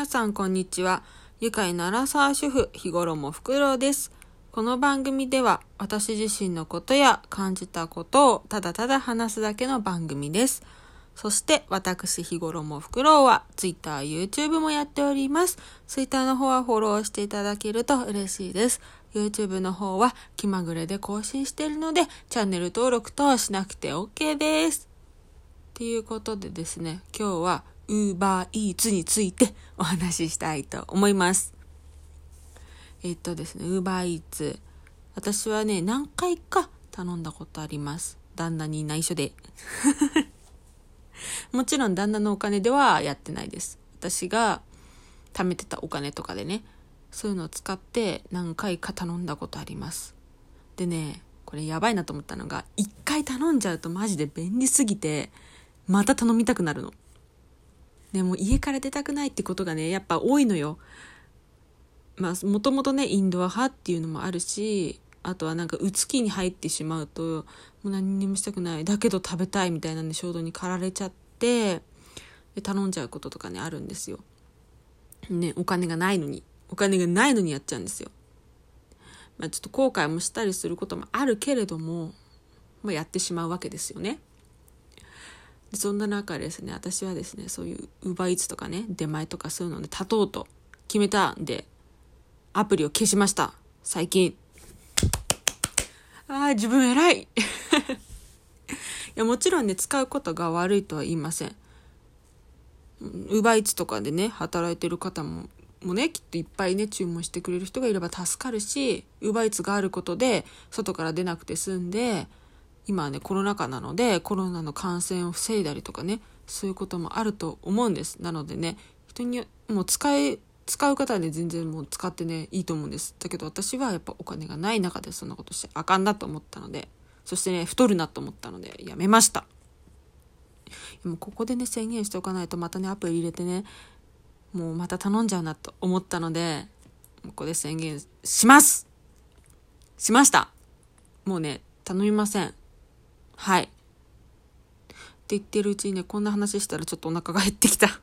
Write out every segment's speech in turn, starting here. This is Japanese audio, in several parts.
さんこんにちは。愉快なアラサー主婦日頃もフクロウです。この番組では私自身のことや感じたことをただただ話すだけの番組です。そして私日頃もフクロウは Twitter、YouTube もやっております。Twitter の方はフォローしていただけると嬉しいです。YouTube の方は気まぐれで更新しているのでチャンネル登録としなくて OK です。ということでですね、今日はUberEats についてお話ししたいと思います。ですね、UberEats。私はね、何回か頼んだことあります。旦那に内緒で。もちろん旦那のお金ではやってないです。私が貯めてたお金とかでね、そういうのを使って何回か頼んだことあります。でね、これやばいなと思ったのが、一回頼んじゃうとマジで便利すぎて、また頼みたくなるの。でも家から出たくないってことがね、やっぱ多いのよ。まあ、もともとね、インドア派っていうのもあるし、あとはなんか、うつ気に入ってしまうと、もう何にもしたくない。だけど食べたいみたいなんで衝動に駆られちゃって、で頼んじゃうこととかね、あるんですよ。ね、お金がないのにやっちゃうんですよ。まあ、ちょっと後悔もしたりすることもあるけれども、まあ、やってしまうわけですよね。でそんな中ですね、私はですね、そういうUberEatsとかね、出前とかそういうので立とうと決めたんで、アプリを消しました。最近。自分偉い。いや、もちろんね、使うことが悪いとは言いません。UberEatsとかでね、働いてる方もね、きっといっぱいね、注文してくれる人がいれば助かるし、UberEatsがあることで、外から出なくて済んで、今はね、コロナ禍なので、コロナの感染を防いだりとかね、そういうこともあると思うんです。なのでね、人にもう使う方はね、全然もう使ってね、いいと思うんです。だけど私はやっぱお金がない中でそんなことしてあかんなと思ったので、そしてね、太るなと思ったので、やめました。でもここでね、宣言しておかないとまたね、アプリ入れてね、もうまた頼んじゃうなと思ったので、ここで宣言しました。もうね、頼みません。はい。って言ってるうちにね、こんな話したらちょっとお腹が減ってきた。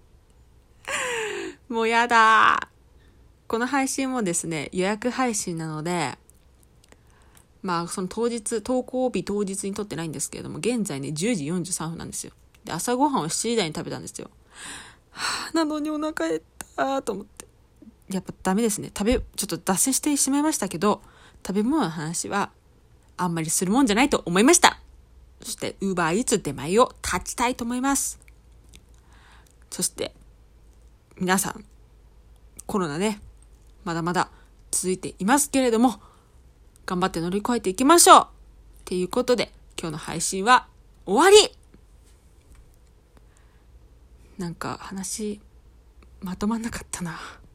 もうやだ。この配信もですね、予約配信なので、まあその投稿日当日に撮ってないんですけれども、現在ね、10時43分なんですよ。で、朝ごはんを7時台に食べたんですよ。なのにお腹減ったと思って。やっぱダメですね。ちょっと脱線してしまいましたけど、食べ物の話はあんまりするもんじゃないと思いました。そして UberEats 出前を立ちたいと思います。そして皆さん、コロナね、まだまだ続いていますけれども、頑張って乗り越えていきましょうっていうことで、今日の配信は終わり。なんか話まとまんなかったな。